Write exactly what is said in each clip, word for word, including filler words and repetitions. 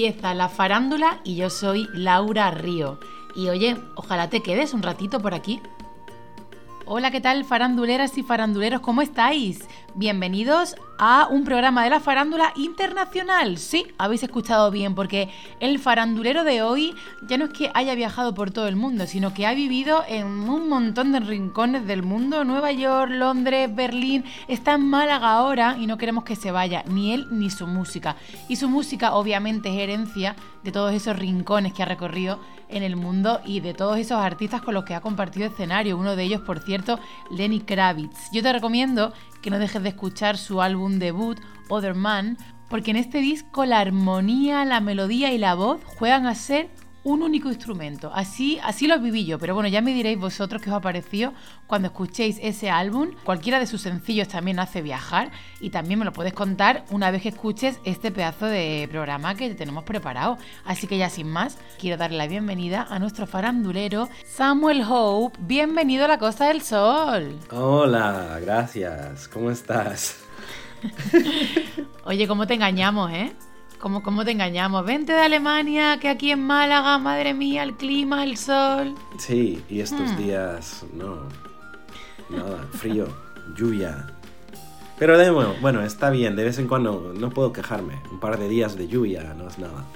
Empieza la farándula y yo soy Laura Río. Y oye, ojalá te quedes un ratito por aquí. Hola, ¿qué tal, faranduleras y faranduleros? ¿Cómo estáis? Bienvenidos a un programa de la farándula internacional. Sí, habéis escuchado bien, porque el farandulero de hoy ya no es que haya viajado por todo el mundo, sino que ha vivido en un montón de rincones del mundo. Nueva York, Londres, Berlín, está en Málaga ahora y no queremos que se vaya, ni él ni su música. Y su música obviamente es herencia de todos esos rincones que ha recorrido en el mundo y de todos esos artistas con los que ha compartido escenario. Uno de ellos, por cierto, Lenny Kravitz. Yo te recomiendo que no dejes de escuchar su álbum debut, Other Man, porque en este disco la armonía, la melodía y la voz juegan a ser un único instrumento. Así, así lo viví yo, pero bueno, ya me diréis vosotros qué os ha parecido cuando escuchéis ese álbum. Cualquiera de sus sencillos también hace viajar y también me lo puedes contar una vez que escuches este pedazo de programa que tenemos preparado. Así que ya sin más, quiero darle la bienvenida a nuestro farandulero Samuel Hope. Bienvenido a la Costa del Sol. Hola, gracias. ¿Cómo estás? Oye, ¿cómo te engañamos, eh? ¿Cómo, ¿Cómo te engañamos? Vente de Alemania, que aquí en Málaga, madre mía, el clima, el sol. Sí, y estos Hmm. días, no, nada, frío, lluvia. Pero de nuevo, bueno, está bien, de vez en cuando no puedo quejarme. Un par de días de lluvia no es nada.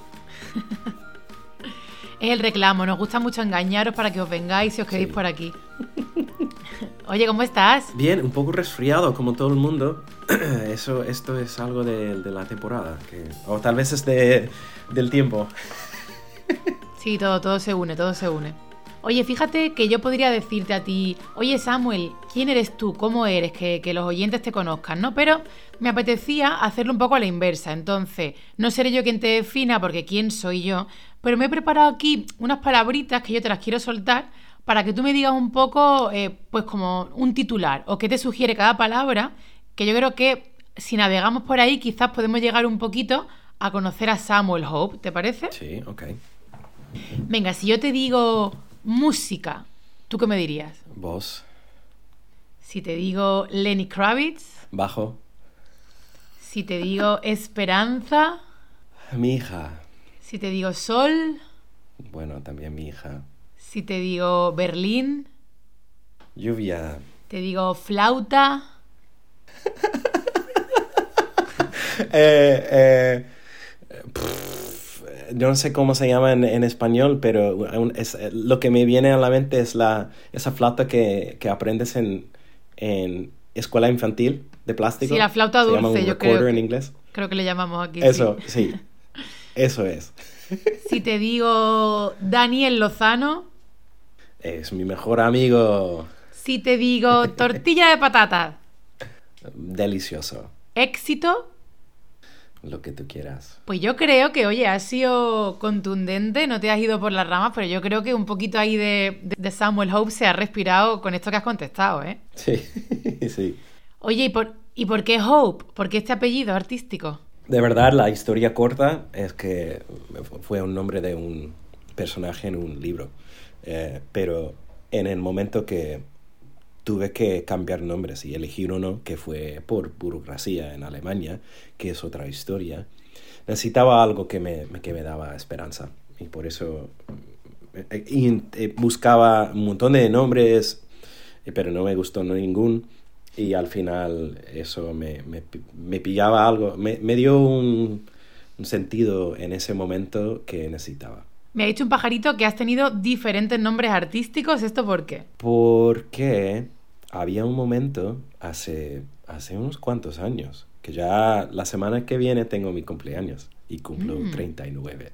Es el reclamo, nos gusta mucho engañaros para que os vengáis y os quedéis Sí. por aquí. Oye, ¿cómo estás? Bien, un poco resfriado como todo el mundo. Eso, esto es algo de, de la temporada, que, o tal vez es de, del tiempo. Sí, todo, todo se une, todo se une. Oye, fíjate que yo podría decirte a ti, oye Samuel, ¿quién eres tú? ¿Cómo eres? Que, que los oyentes te conozcan, ¿no? Pero me apetecía hacerlo un poco a la inversa. Entonces, no seré yo quien te defina, porque ¿quién soy yo? Pero me he preparado aquí unas palabritas que yo te las quiero soltar para que tú me digas un poco, eh, pues como un titular, o qué te sugiere cada palabra, que yo creo que si navegamos por ahí quizás podemos llegar un poquito a conocer a Samuel Hope, ¿te parece? Sí, ok. Venga, si yo te digo música, ¿tú qué me dirías? Voz, Si te digo Lenny Kravitz, bajo, si te digo esperanza, mi hija. si te digo sol, Bueno, también mi hija. si te digo Berlín, Lluvia. te digo flauta, eh, eh, pff, yo no sé cómo se llama en, en español, pero aún es, lo que me viene a la mente es la, esa flauta que, que aprendes en, en escuela infantil de plástico. sí, la flauta Se llama dulce, un yo creo recorder en que, inglés. creo que le llamamos aquí. Eso, sí. sí. Eso es. Si te digo Daniel Lozano, Es mi mejor amigo. si te digo tortilla de patata, Delicioso. éxito, Lo que tú quieras. pues yo creo que, oye, has sido contundente, no te has ido por las ramas, pero yo creo que un poquito ahí de, de, de Samuel Hope se ha respirado con esto que has contestado, ¿eh? Sí, sí. Oye, ¿y por, ¿y por qué Hope? ¿Por qué este apellido artístico? De verdad, la historia corta es que fue un nombre de un personaje en un libro. Eh, pero en el momento que tuve que cambiar nombres y elegir uno que fue por burocracia en Alemania, que es otra historia, necesitaba algo que me, que me daba esperanza. Y por eso eh, y, eh, buscaba un montón de nombres, pero no me gustó ningún. Y al final eso me, me, me pillaba algo, me, me dio un, un sentido en ese momento que necesitaba. Me ha dicho un pajarito que has tenido diferentes nombres artísticos. ¿Esto por qué? Porque había un momento hace, hace unos cuantos años, que ya la semana que viene tengo mi cumpleaños y cumplo mm. treinta y nueve.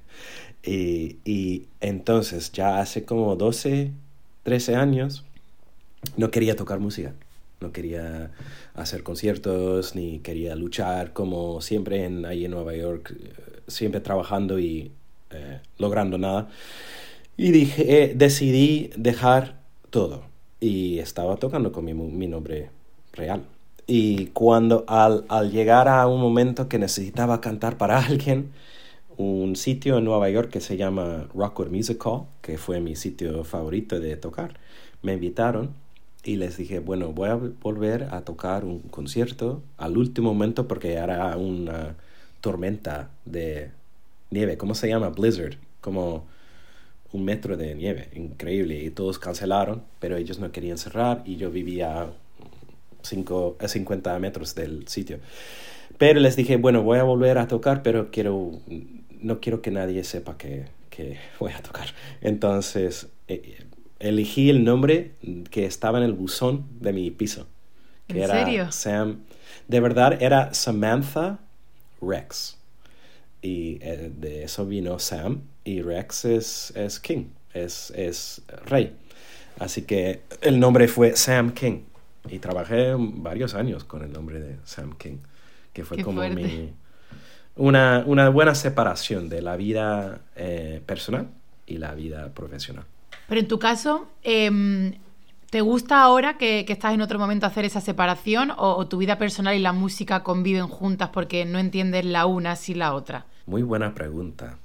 Y, y entonces ya hace como doce, trece años no quería tocar música. No quería hacer conciertos, ni quería luchar como siempre en, ahí en Nueva York, siempre trabajando y eh, logrando nada. Y dije, eh, decidí dejar todo. Y estaba tocando con mi, mi nombre real. Y cuando al, al llegar a un momento que necesitaba cantar para alguien, un sitio en Nueva York que se llama Rockwood Music Hall, que fue mi sitio favorito de tocar, me invitaron. Y les dije, bueno, voy a volver a tocar un concierto al último momento porque era una tormenta de nieve, ¿cómo se llama? Blizzard, como un metro de nieve, increíble, y todos cancelaron, pero ellos no querían cerrar y yo vivía a cincuenta metros del sitio. Pero les dije, bueno, voy a volver a tocar, pero quiero, no quiero que nadie sepa que, que voy a tocar. Entonces, eh, elegí el nombre que estaba en el buzón de mi piso. Que ¿En era serio? Sam, de verdad era Samantha Rex. Y eh, de eso vino Sam, y Rex es, es King, es, es rey. Así que el nombre fue Sam King. Y trabajé varios años con el nombre de Sam King, que fue Qué como fuerte. mi, una, una buena separación de la vida eh, personal y la vida profesional. Pero en tu caso, em, ¿te gusta ahora que, que estás en otro momento hacer esa separación o, o tu vida personal y la música conviven juntas porque no entiendes la una sin la otra? Muy buena pregunta.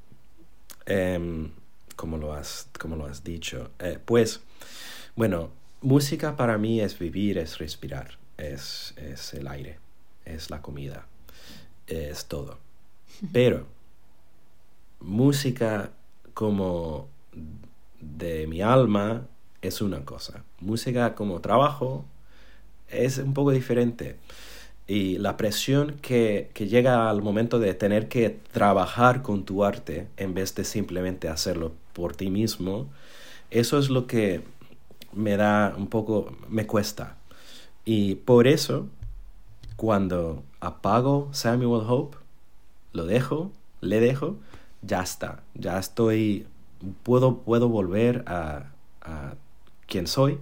Em, ¿cómo lo has, cómo lo has dicho? Eh, pues, bueno, música para mí es vivir, es respirar, es, es el aire, es la comida, es todo. Pero música como de mi alma es una cosa. Música como trabajo es un poco diferente. Y la presión que, que llega al momento de tener que trabajar con tu arte en vez de simplemente hacerlo por ti mismo, eso es lo que me da un poco, me cuesta. Y por eso, cuando apago Samuel Hope, lo dejo, le dejo, ya está. Ya estoy, puedo, puedo volver a, a quien soy,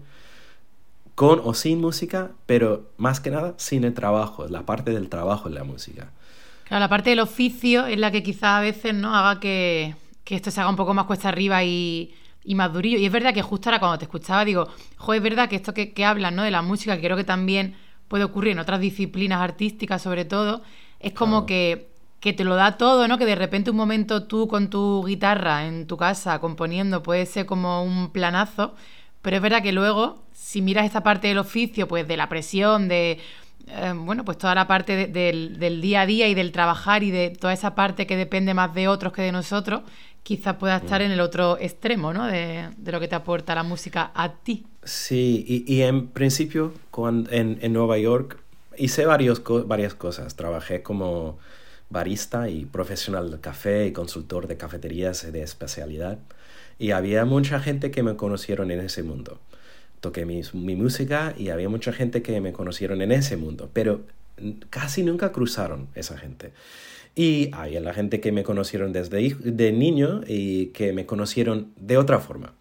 con o sin música, pero más que nada sin el trabajo, la parte del trabajo en la música. Claro, la parte del oficio es la que quizás a veces no haga que, que esto se haga un poco más cuesta arriba y, y más durillo. Y es verdad que justo ahora cuando te escuchaba digo, jo, es verdad que esto que, que hablan, ¿no?, de la música, que creo que también puede ocurrir en otras disciplinas artísticas sobre todo, es como Claro. que, que te lo da todo, ¿no? Que de repente un momento tú con tu guitarra en tu casa componiendo puede ser como un planazo, pero es verdad que luego, si miras esta parte del oficio, pues de la presión, de, eh, bueno, pues toda la parte de- del, del día a día y del trabajar y de toda esa parte que depende más de otros que de nosotros, quizás pueda estar Mm. en el otro extremo, ¿no? De, de lo que te aporta la música a ti. Sí, y, y en principio cuando, en, en Nueva York hice varios, co- varias cosas. Trabajé como barista y profesional de café y consultor de cafeterías de especialidad. Y había mucha gente que me conocieron en ese mundo. Toqué mi, mi música y había mucha gente que me conocieron en ese mundo, pero n- casi nunca cruzaron esa gente. Y hay la gente que me conocieron desde hij- de niño y que me conocieron de otra forma.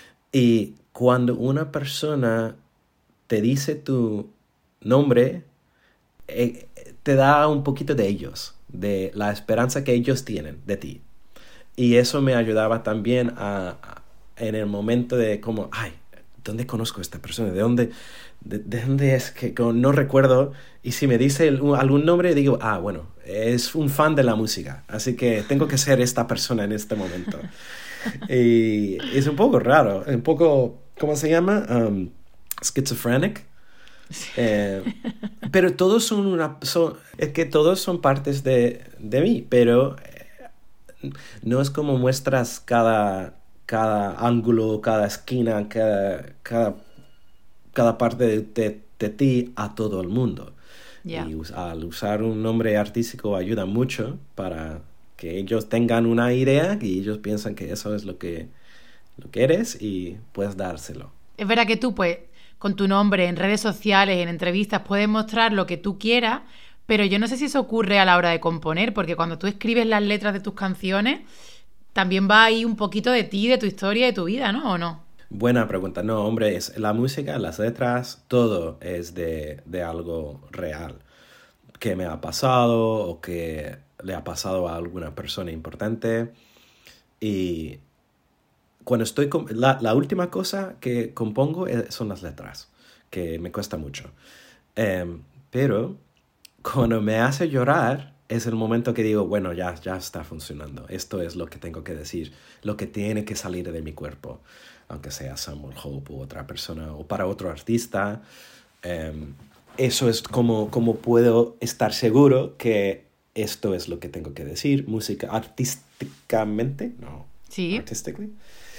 Y cuando una persona te dice tu nombre, eh, te da un poquito de ellos, de la esperanza que ellos tienen de ti. Y eso me ayudaba también a, a- en el momento de como, ay, ¿dónde conozco a esta persona? ¿De dónde, de, de dónde es? Que como no recuerdo. Y si me dice el- algún nombre, digo, ah, bueno, es un fan de la música, así que tengo que ser esta persona en este momento. Y es un poco raro, un poco, ¿cómo se llama? Um, schizophrenic. Eh, pero todos son una... Son, es que todos son partes de, de mí, pero eh, no es como muestras cada, cada ángulo, cada esquina, cada, cada, cada parte de, de- de ti a todo el mundo. Ya. Y us- al usar un nombre artístico ayuda mucho para que ellos tengan una idea y ellos piensan que eso es lo que, lo que eres y puedes dárselo. Es verdad que tú, pues, con tu nombre en redes sociales, en entrevistas, puedes mostrar lo que tú quieras, pero yo no sé si eso ocurre a la hora de componer, porque cuando tú escribes las letras de tus canciones, también va ahí un poquito de ti, de tu historia, de tu vida, ¿no? ¿O no? Buena pregunta. No, hombre, es la música, las letras, todo es de, de algo real que me ha pasado o que le ha pasado a alguna persona importante. Y cuando estoy... com- La, la última cosa que compongo eh, son las letras, que me cuesta mucho. Em, pero cuando me hace llorar es el momento que digo, bueno, ya, ya está funcionando. Esto es lo que tengo que decir, lo que tiene que salir de mi cuerpo, aunque sea Samuel Hope u otra persona o para otro artista. Em, eso es como, como puedo estar seguro que esto es lo que tengo que decir, música artísticamente, no, Sí. artistically.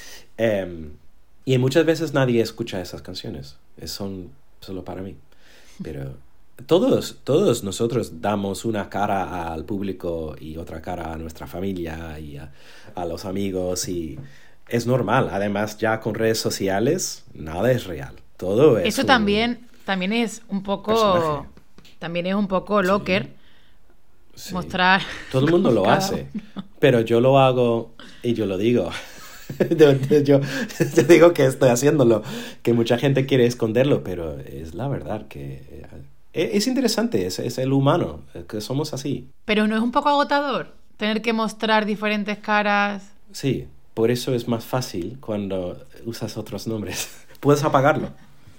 Um, y muchas veces nadie escucha esas canciones, son solo para mí. Pero todos, todos nosotros damos una cara al público y otra cara a nuestra familia y a, a los amigos, y es normal. Además, ya con redes sociales, nada es real. Todo es Eso un también, también es un poco... personaje. También es un poco locker. Sí. Mostrar... Todo el mundo lo cada hace, uno. pero yo lo hago y yo lo digo. yo, yo, yo digo que estoy haciéndolo, que mucha gente quiere esconderlo, pero es la verdad que eh, es interesante, es, es el humano, que somos así. Pero ¿no es un poco agotador tener que mostrar diferentes caras? Sí, por eso es más fácil cuando usas otros nombres. Puedes apagarlo.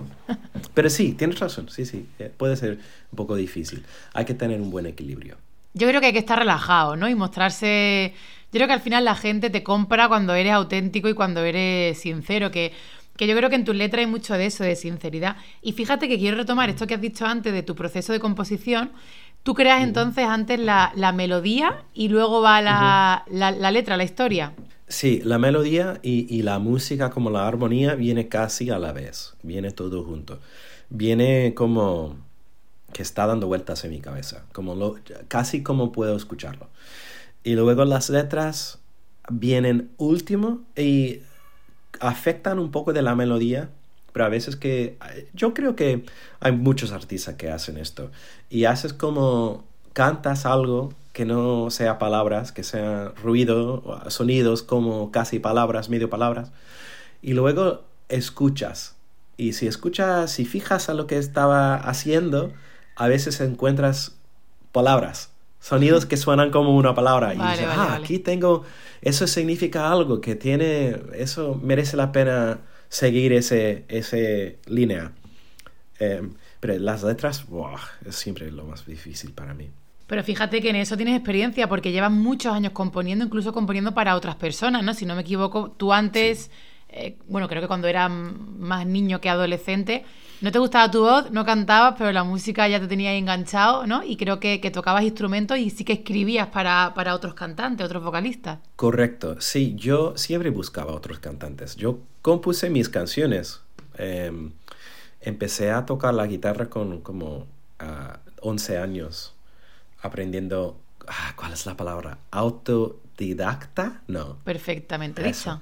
Pero sí, tienes razón, sí, sí, eh, puede ser un poco difícil. Hay que tener un buen equilibrio. Yo creo que hay que estar relajado, ¿no? Y mostrarse... Yo creo que al final la gente te compra cuando eres auténtico y cuando eres sincero, que, que yo creo que en tus letras hay mucho de eso, de sinceridad. Y fíjate que quiero retomar esto que has dicho antes de tu proceso de composición. Tú creas entonces antes la, la melodía y luego va la, uh-huh. la, la letra, la historia. Sí, la melodía y, y la música, como la armonía, viene casi a la vez. Viene todo junto. Viene como que está dando vueltas en mi cabeza. Como lo, casi como puedo escucharlo. Y luego las letras vienen último y afectan un poco de la melodía. Pero a veces que... Yo creo que hay muchos artistas que hacen esto. Y haces como... Cantas algo que no sea palabras, que sea ruido, sonidos como casi palabras, medio palabras. Y luego escuchas. Y si escuchas, si fijas a lo que estaba haciendo, a veces encuentras palabras. Sonidos que suenan como una palabra. Y vale, dices, vale, ah, vale. aquí tengo... Eso significa algo que tiene... Eso merece la pena seguir ese, ese línea. Eh, pero las letras, wow, es siempre lo más difícil para mí. Pero fíjate que en eso tienes experiencia porque llevas muchos años componiendo, incluso componiendo para otras personas, ¿no? Si no me equivoco, tú antes, sí. eh, bueno, creo que cuando eras más niño que adolescente, no te gustaba tu voz, no cantabas, pero la música ya te tenía ahí enganchado, ¿no? Y creo que, que tocabas instrumentos y sí que escribías para, para otros cantantes, otros vocalistas. Correcto, sí, yo siempre buscaba otros cantantes. Yo compuse mis canciones. Eh, empecé a tocar la guitarra con como uh, once años. Aprendiendo, ah, ¿cuál es la palabra? ¿Autodidacta? No. Perfectamente dicho.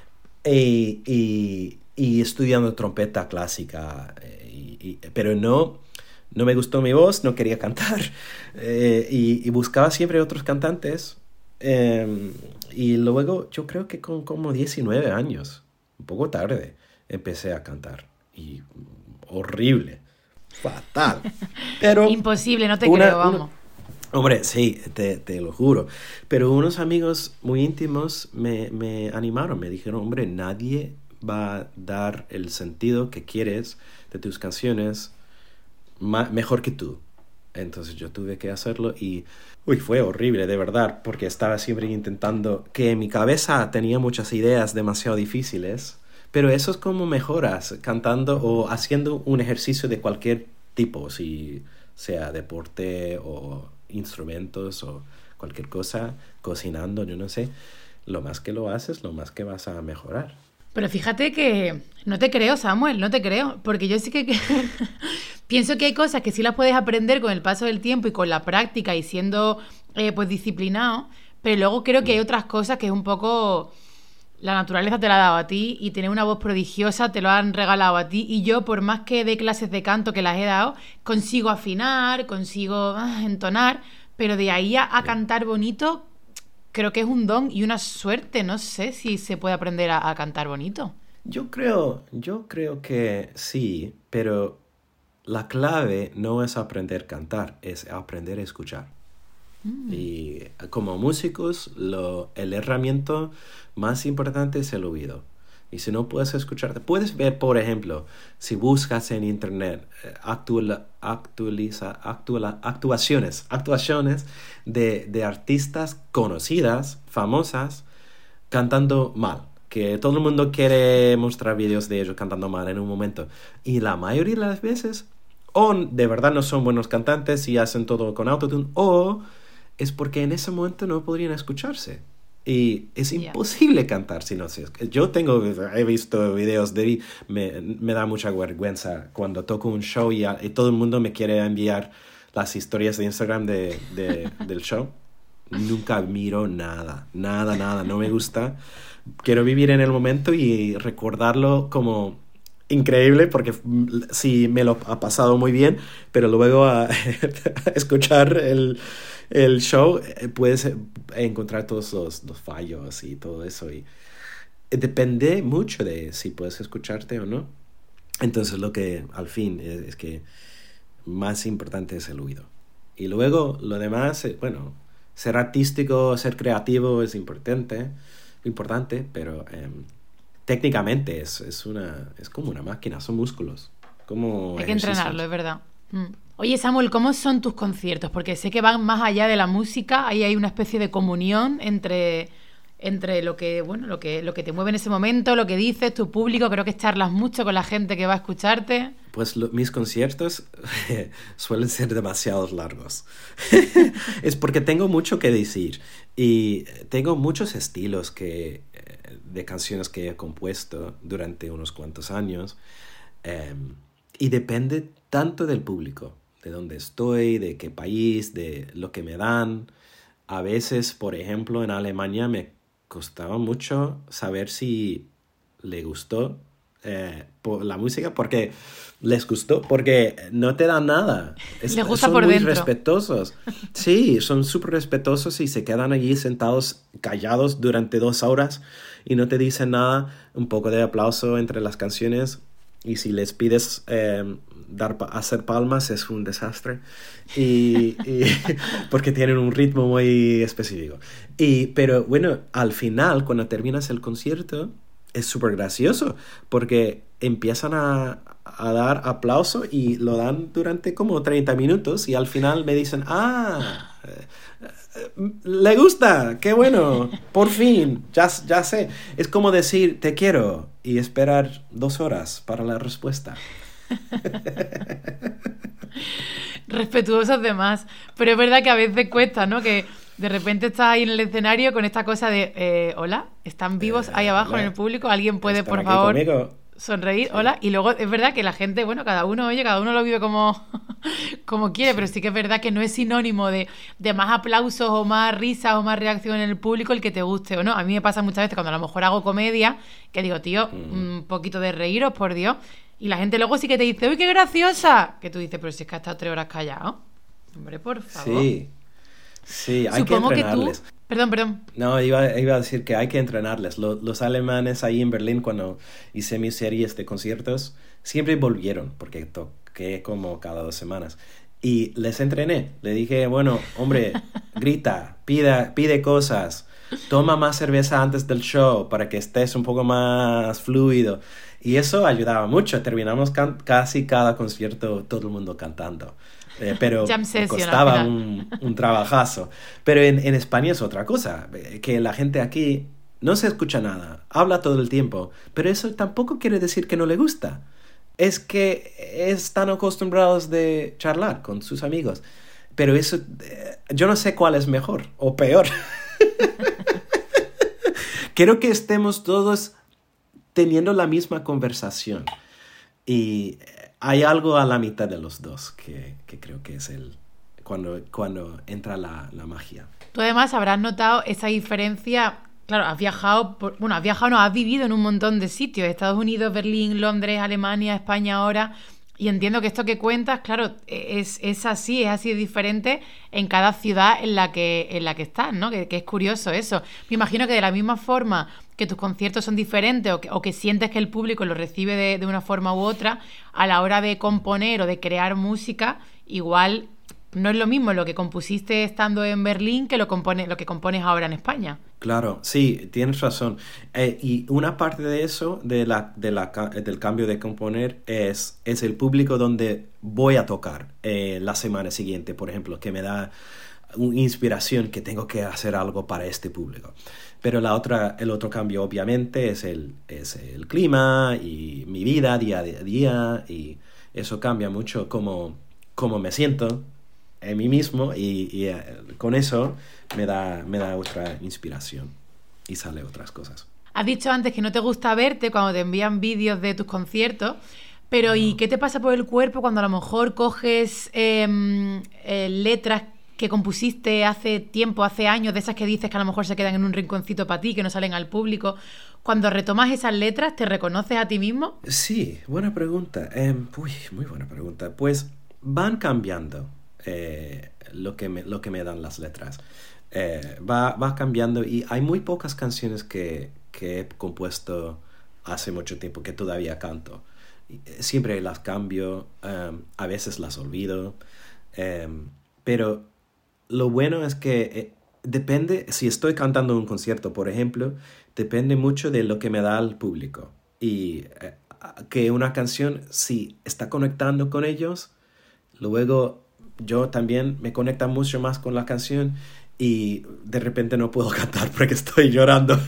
Y, y, y estudiando trompeta clásica, y, y, pero no, no me gustó mi voz, no quería cantar, eh, y, y buscaba siempre otros cantantes. Eh, y luego, yo creo que con como diecinueve años, un poco tarde, empecé a cantar. Y horrible, fatal. Pero imposible, no te una, creo, vamos. Una, Hombre, sí, te, te lo juro. Pero unos amigos muy íntimos me, me animaron, me dijeron, hombre, nadie va a dar el sentido que quieres de tus canciones ma- mejor que tú. Entonces yo tuve que hacerlo y uy, fue horrible, de verdad, porque estaba siempre intentando, que en mi cabeza tenía muchas ideas demasiado difíciles, pero eso es como mejoras cantando o haciendo un ejercicio de cualquier tipo, si sea deporte o instrumentos o cualquier cosa, cocinando, yo no sé, lo más que lo haces, lo más que vas a mejorar. Pero fíjate que no te creo, Samuel, no te creo, porque yo sí que, que pienso que hay cosas que sí las puedes aprender con el paso del tiempo y con la práctica y siendo eh, pues disciplinado, pero luego creo que hay otras cosas que es un poco... La naturaleza te la ha dado a ti y tener una voz prodigiosa te lo han regalado a ti y yo, por más que dé clases de canto que las he dado, consigo afinar, consigo ah, entonar, pero de ahí a, a cantar bonito creo que es un don y una suerte. No sé si se puede aprender a, a cantar bonito. Yo creo, yo creo que sí, pero la clave no es aprender a cantar, es aprender a escuchar. Mm. Y como músicos, lo, el herramienta más importante es el oído. Y si no puedes escucharte, puedes ver, por ejemplo, si buscas en internet actual, actualiza, actual, actuaciones, actuaciones de, de artistas conocidas, famosas, cantando mal. Que todo el mundo quiere mostrar vídeos de ellos cantando mal en un momento. Y la mayoría de las veces, o de verdad no son buenos cantantes y hacen todo con autotune, o es porque en ese momento no podrían escucharse. Y es Ya. imposible cantar si no se... Yo tengo, he visto videos de... Me, me da mucha vergüenza cuando toco un show y, a- y todo el mundo me quiere enviar las historias de Instagram de, de- del show. Nunca miro nada, nada, nada, no me gusta. Quiero vivir en el momento y recordarlo como increíble, porque mm, sí me lo ha pasado muy bien, pero luego a escuchar el, el show eh, puedes eh, encontrar todos los, los fallos y todo eso. Y depende mucho de si puedes escucharte o no. Entonces lo que al fin es, es que más importante es el oído. Y luego lo demás, eh, bueno, ser artístico, ser creativo es importante, importante, pero em, técnicamente es, es, una, es como una máquina, son músculos, como Hay que entrenarlo, ejercicios. es verdad. Mm. Oye, Samuel, ¿cómo son tus conciertos? Porque sé que van más allá de la música, ahí hay una especie de comunión entre, entre lo que, bueno, lo que, lo que te mueve en ese momento, lo que dices, tu público, creo que charlas mucho con la gente que va a escucharte. Pues lo- mis conciertos suelen ser demasiado largos. Es porque tengo mucho que decir y tengo muchos estilos que, eh, de canciones que he compuesto durante unos cuantos años. em, y depende tanto del público, de dónde estoy, de qué país, de lo que me dan. A veces, por ejemplo, en Alemania me costaba mucho saber si le gustó eh, por la música, porque les gustó, porque no te dan nada. Es- Les gusta son por muy dentro. respetuosos. Sí, son súper respetuosos y se quedan allí sentados callados durante dos horas y no te dicen nada. Un poco de aplauso entre las canciones y si les pides eh, dar pa- hacer palmas es un desastre y, y- porque tienen un ritmo muy específico. Y, pero bueno, al final, cuando terminas el concierto, es súper gracioso porque empiezan a, a dar aplauso y lo dan durante como treinta minutos y al final me dicen, ah, le gusta, qué bueno, por fin, ya, ya sé. Es como decir, te quiero y esperar dos horas para la respuesta. Respetuosos de más. Pero es verdad que a veces cuesta, ¿no? Que de repente estás ahí en el escenario con esta cosa de, eh, hola, ¿están vivos ahí Eh, abajo en el hola, público? ¿Alguien puede, ¿están por aquí favor, conmigo? sonreír? Sí, Hola. Y luego es verdad que la gente, bueno, cada uno, oye, cada uno lo vive como, como quiere, pero sí. sí que es verdad que no es sinónimo de, de más aplausos o más risas o más reacción en el público el que te guste o no. A mí me pasa muchas veces cuando a lo mejor hago comedia, que digo, tío, Mm. un poquito de reíros, por Dios. Y la gente luego sí que te dice, ¡uy, qué graciosa! Que tú dices, pero si es que has estado tres horas callado. Hombre, por favor. Sí, sí, hay que Supongo que tú... entrenarles. Perdón, perdón. No, iba, iba a decir que hay que entrenarles. Lo- los alemanes ahí en Berlín, cuando hice mis series de conciertos, siempre volvieron, porque toqué como cada dos semanas. Y les entrené. Le dije, bueno, hombre, grita, pida, pide cosas, toma más cerveza antes del show para que estés un poco más fluido. Y eso ayudaba mucho. Terminamos can- casi cada concierto, todo el mundo cantando. Eh, pero Jam me session al costaba final. un, un trabajazo. Pero en, en España es otra cosa, eh, que la gente aquí no se escucha nada, habla todo el tiempo, pero eso tampoco quiere decir que no le gusta. Es que están acostumbrados de charlar con sus amigos. Pero eso, eh, yo no sé cuál es mejor o peor. Quiero que estemos todos teniendo la misma conversación. Y hay algo a la mitad de los dos que, que creo que es el cuando, cuando entra la, la magia. Tú además habrás notado esa diferencia. Claro, has viajado, por- bueno, has viajado, no, has vivido en un montón de sitios. Estados Unidos, Berlín, Londres, Alemania, España ahora. Y entiendo que esto que cuentas, claro, es, es así, es así de diferente en cada ciudad en la que, en la que estás, ¿no? Que, que es curioso eso. Me imagino que de la misma forma que tus conciertos son diferentes o que, o que sientes que el público lo recibe de, de una forma u otra, a la hora de componer o de crear música, igual no es lo mismo lo que compusiste estando en Berlín que lo, compone, lo que compones ahora en España. Claro, sí, tienes razón. Eh, y una parte de eso, de la, de la, ca- del cambio de componer, es, es el público donde voy a tocar eh, la semana siguiente, por ejemplo, que me da una inspiración que tengo que hacer algo para este público. Pero la otra, el otro cambio, obviamente, es el, es el clima y mi vida día a día, y eso cambia mucho cómo, cómo me siento. en mí mismo y, y eh, con eso me da, me da otra inspiración y sale otras cosas. Has dicho antes que no te gusta verte cuando te envían vídeos de tus conciertos, pero ¿y qué te pasa por el cuerpo cuando a lo mejor coges eh, eh, letras que compusiste hace tiempo, hace años, de esas que dices que a lo mejor se quedan en un rinconcito para ti, que no salen al público? Cuando retomas esas letras, ¿te reconoces a ti mismo? Sí, buena pregunta. Eh, uy, muy buena pregunta. Pues van cambiando eh, lo, que me, lo que me dan las letras. Eh, va, va cambiando y hay muy pocas canciones que, que he compuesto hace mucho tiempo que todavía canto. Siempre las cambio, um, a veces las olvido, um, pero lo bueno es que eh, depende, si estoy cantando un concierto, por ejemplo, depende mucho de lo que me da el público. Y eh, que una canción, si está conectando con ellos, luego yo también me conecta mucho más con la canción y de repente no puedo cantar porque estoy llorando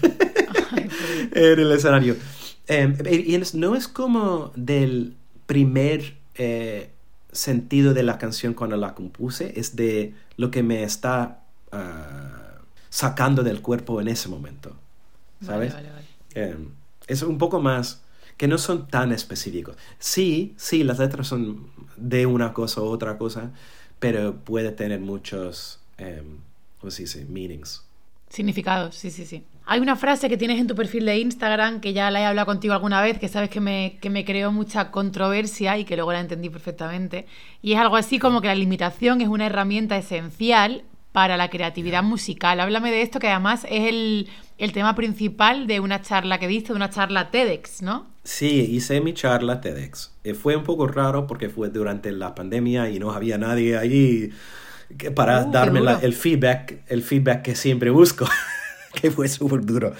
en el escenario. Um, y no es como del primer eh, sentido de la canción cuando la compuse, es de lo que me está uh, sacando del cuerpo en ese momento, ¿sabes? Vale, vale, vale. Um, es un poco más, que no son tan específicos. Sí, sí, las letras son de una cosa u otra cosa, pero puede tener muchos, um, ¿cómo se dice? Meanings. Significados, sí, sí, sí. Hay una frase que tienes en tu perfil de Instagram, que ya la he hablado contigo alguna vez, que sabes que me, que me creó mucha controversia y que luego la entendí perfectamente. Y es algo así como que la limitación es una herramienta esencial para la creatividad musical. Háblame de esto, que además es el, el tema principal de una charla que diste, de una charla TEDx, ¿no? Sí, hice mi charla TEDx. Eh, fue un poco raro porque fue durante la pandemia y no había nadie allí para uh, darme la, el feedback, el feedback que siempre busco. Que fue súper duro.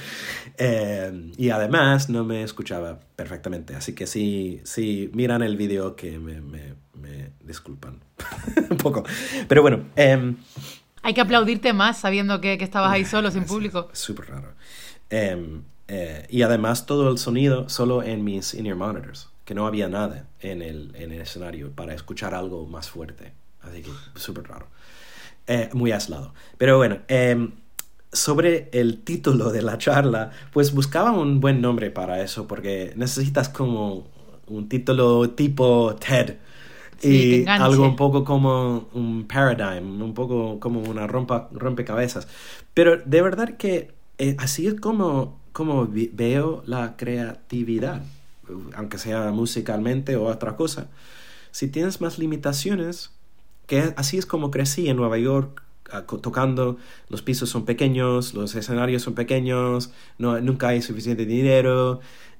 Eh, y además no me escuchaba perfectamente. Así que sí, sí miran el vídeo que me, me, me disculpan un poco. Pero bueno. Eh, Hay que aplaudirte más sabiendo que, que estabas ahí solo, sin público. Es súper raro. Eh, eh, y además todo el sonido solo en mis in-ear monitors. Que no había nada en el, en el escenario para escuchar algo más fuerte. Así que súper raro. Eh, muy aislado. Pero bueno... Eh, sobre el título de la charla, pues buscaba un buen nombre para eso, porque necesitas como un título tipo TED, sí, y algo un poco como un paradigm, un poco como una rompa, rompecabezas. Pero de verdad que eh, así es como, como vi- veo la creatividad, aunque sea musicalmente o otra cosa. Si tienes más limitaciones, que así es como crecí en Nueva York, tocando, los pisos son pequeños, los escenarios son pequeños, no, nunca hay suficiente dinero,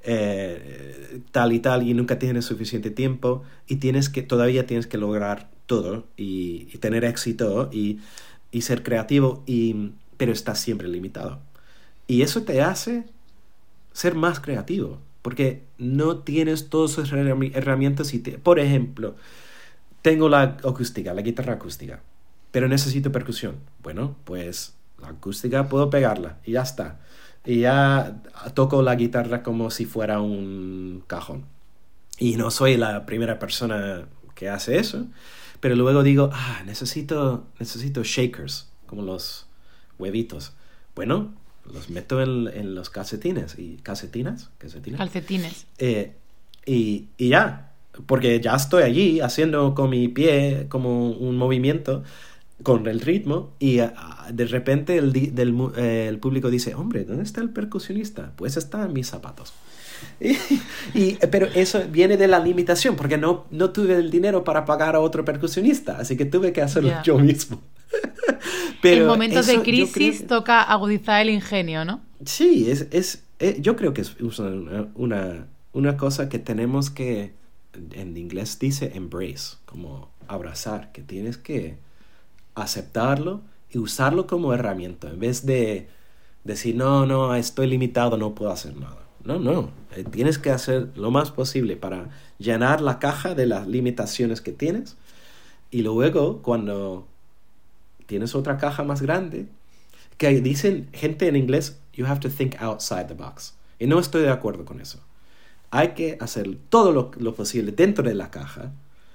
eh, tal y tal, y nunca tienes suficiente tiempo, y tienes que, todavía tienes que lograr todo, y, y tener éxito, y, y ser creativo, y, pero estás siempre limitado. Y eso te hace ser más creativo, porque no tienes todas esas herramientas. Y te, por ejemplo, tengo la acústica, la guitarra acústica, pero necesito percusión. Bueno, pues la acústica puedo pegarla y ya está. Y ya toco la guitarra como si fuera un cajón. Y no soy la primera persona que hace eso, pero luego digo, ah, necesito, necesito shakers, como los huevitos. Bueno, los meto en, en los calcetines. ¿Y calcetinas? ¿Calcetines? Calcetines. Eh, y, y ya, porque ya estoy allí haciendo con mi pie como un movimiento con el ritmo, y uh, de repente el, di- del, eh, el público dice, hombre, ¿dónde está el percusionista? Pues está en mis zapatos. Y, y, pero eso viene de la limitación, porque no, no tuve el dinero para pagar a otro percusionista, así que tuve que hacerlo yeah. yo mismo. Pero en momentos eso, de crisis que... toca agudizar el ingenio, ¿no? Sí, es, es, es, yo creo que es una, una, una cosa que tenemos que, en inglés dice embrace, como abrazar, que tienes que aceptarlo y usarlo como herramienta en vez de decir no, no, estoy limitado, no puedo hacer nada. No, no, eh, tienes que hacer lo más posible para llenar la caja de las limitaciones que tienes, y luego cuando tienes otra caja más grande, que dicen gente en inglés, you have to think outside the box, y no estoy de acuerdo con eso. Hay que hacer todo lo, lo posible dentro de la caja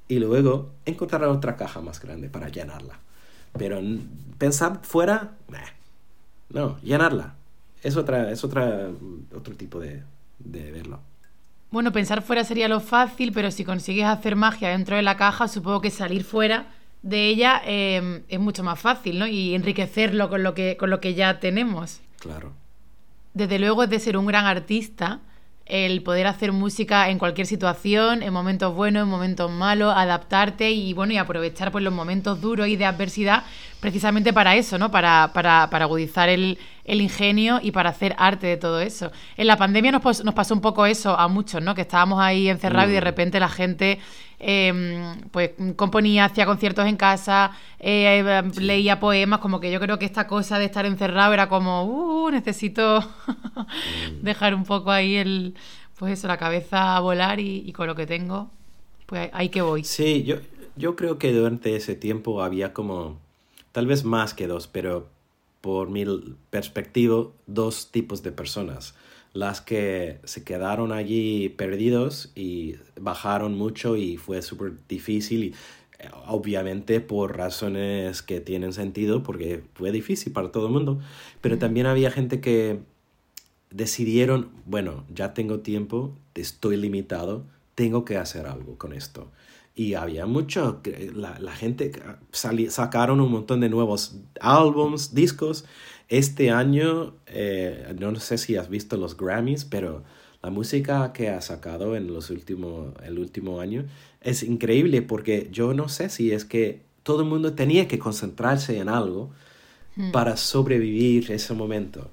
y luego encontrar otra caja más grande para llenarla. Pero pensar fuera, nah. No, llenarla. Es otra, es otra, otro tipo de, de verlo. Bueno, pensar fuera sería lo fácil, pero si consigues hacer magia dentro de la caja, supongo que salir fuera de ella eh, es mucho más fácil, ¿no? Y enriquecerlo con lo que, con lo que ya tenemos. Claro. Desde luego es de ser un gran artista el poder hacer música en cualquier situación, en momentos buenos, en momentos malos, adaptarte y bueno y aprovechar pues los momentos duros y de adversidad precisamente para eso, ¿no? Para, para, para agudizar el, el ingenio y para hacer arte de todo eso. En la pandemia nos, nos pasó un poco eso a muchos, ¿no? Que estábamos ahí encerrados mm. y de repente la gente eh, pues componía, hacía conciertos en casa, eh, sí. leía poemas, como que yo creo que esta cosa de estar encerrado era como, uh, necesito mm. dejar un poco ahí el, pues eso, la cabeza a volar y, y con lo que tengo, pues ahí que voy. Sí, yo, yo creo que durante ese tiempo había como, tal vez más que dos, pero por mi perspectiva, dos tipos de personas. Las que se quedaron allí perdidos y bajaron mucho y fue súper difícil, y, obviamente por razones que tienen sentido, porque fue difícil para todo el mundo. Pero mm. también había gente que decidieron, bueno, ya tengo tiempo, estoy limitado, tengo que hacer algo con esto. Y había mucho, la, la gente sali, sacaron un montón de nuevos álbums, discos. Este año, eh, no sé si has visto los Grammys, pero la música que ha sacado en los últimos, el último año es increíble, porque yo no sé si es que todo el mundo tenía que concentrarse en algo hmm. para sobrevivir ese momento.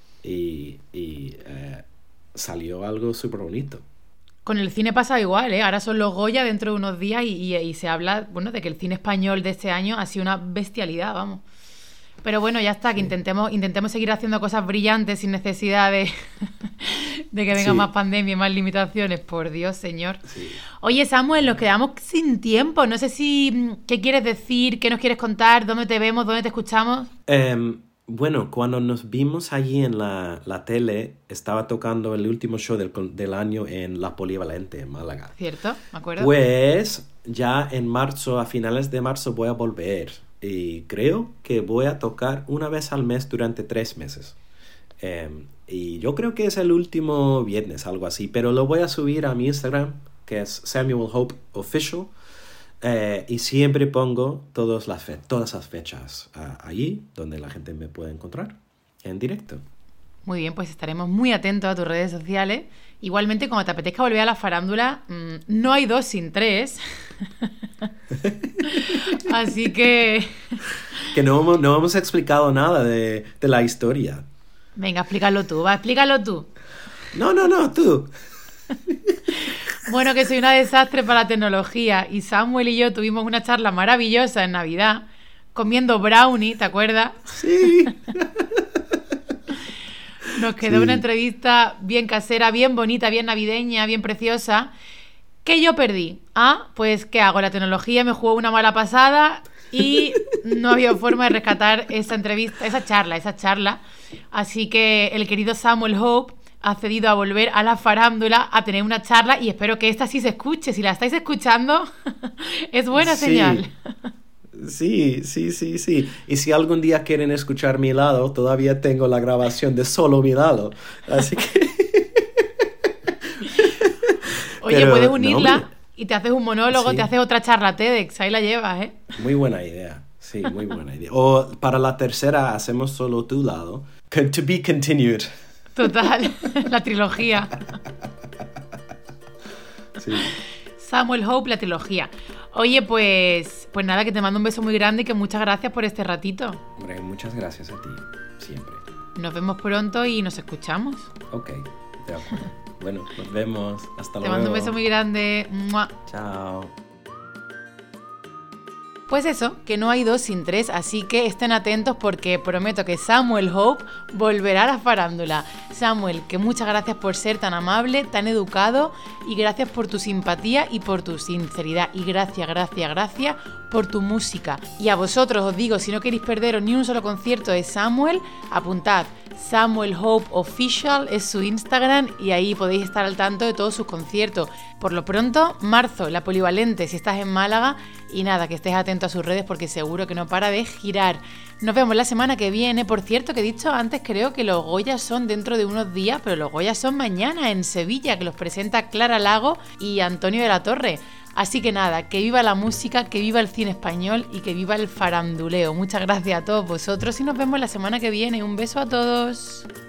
Y, y eh, salió algo súper bonito. Con el cine pasa igual, ¿eh? Ahora son los Goya dentro de unos días y, y, y se habla, bueno, de que el cine español de este año ha sido una bestialidad, vamos. Pero bueno, ya está, que sí. intentemos, intentemos seguir haciendo cosas brillantes sin necesidad de, de que venga sí. más pandemia y más limitaciones, por Dios, señor. Sí. Oye, Samuel, nos quedamos sin tiempo. No sé si, ¿qué quieres decir? ¿Qué nos quieres contar? ¿Dónde te vemos? ¿Dónde te escuchamos? Um... Bueno, cuando nos vimos allí en la, la tele, estaba tocando el último show del, del año en La Polivalente, en Málaga. ¿Cierto? ¿Me acuerdo? Pues ya en marzo, a finales de marzo, voy a volver. Y creo que voy a tocar una vez al mes durante tres meses. Eh, y yo creo que es el último viernes, algo así. Pero lo voy a subir a mi Instagram, que es Samuel Hope Official. Eh, y siempre pongo todas las, fe- todas las fechas uh, allí, donde la gente me puede encontrar en directo. Muy bien, pues estaremos muy atentos a tus redes sociales. Igualmente, cuando te apetezca volver a la farándula, mmm, no hay dos sin tres. Así que... que no hemos, no hemos explicado nada de, de la historia. Venga, explícalo tú, va, explícalo tú. No, no, no, tú. Bueno, que soy una desastre para la tecnología y Samuel y yo tuvimos una charla maravillosa en Navidad comiendo brownie, ¿te acuerdas? Sí. Nos quedó sí. una entrevista bien casera, bien bonita, bien navideña, bien preciosa, que yo perdí. Ah, pues ¿qué hago? La tecnología me jugó una mala pasada y no había forma de rescatar esa entrevista, esa charla, esa charla. Así que el querido Samuel Hope ha cedido a volver a la farándula a tener una charla y espero que esta sí se escuche. Si la estáis escuchando, es buena sí. señal. Sí, sí, sí, sí. Y si algún día quieren escuchar mi lado, todavía tengo la grabación de solo mi lado. Así que... Oye, Pero, puedes unirla no, y te haces un monólogo, sí. te haces otra charla TEDx, ahí la llevas, ¿eh? Muy buena idea, sí, muy buena idea. O para la tercera hacemos solo tu lado. To be continued. Total, la trilogía. Sí. Samuel Hope, la trilogía. Oye, pues, pues nada, que te mando un beso muy grande y que muchas gracias por este ratito. Hombre, muchas gracias a ti, siempre. Nos vemos pronto y nos escuchamos. Ok, de acuerdo. Bueno, nos vemos. Hasta luego. Te mando un beso muy grande. ¡Mua! Chao. Pues eso, que no hay dos sin tres, así que estén atentos porque prometo que Samuel Hope volverá a la farándula. Samuel, que muchas gracias por ser tan amable, tan educado y gracias por tu simpatía y por tu sinceridad. Y gracias, gracias, gracias por tu música. Y a vosotros os digo, si no queréis perderos ni un solo concierto de Samuel, apuntad. Samuel Hope Official es su Instagram y ahí podéis estar al tanto de todos sus conciertos. Por lo pronto, marzo, la Polivalente, si estás en Málaga, y nada, que estés atento a sus redes porque seguro que no para de girar. Nos vemos la semana que viene. Por cierto, que he dicho antes, creo que los Goya son dentro de unos días, pero los Goya son mañana en Sevilla, que los presenta Clara Lago y Antonio de la Torre. Así que nada, que viva la música, que viva el cine español y que viva el faranduleo. Muchas gracias a todos vosotros y nos vemos la semana que viene. Un beso a todos.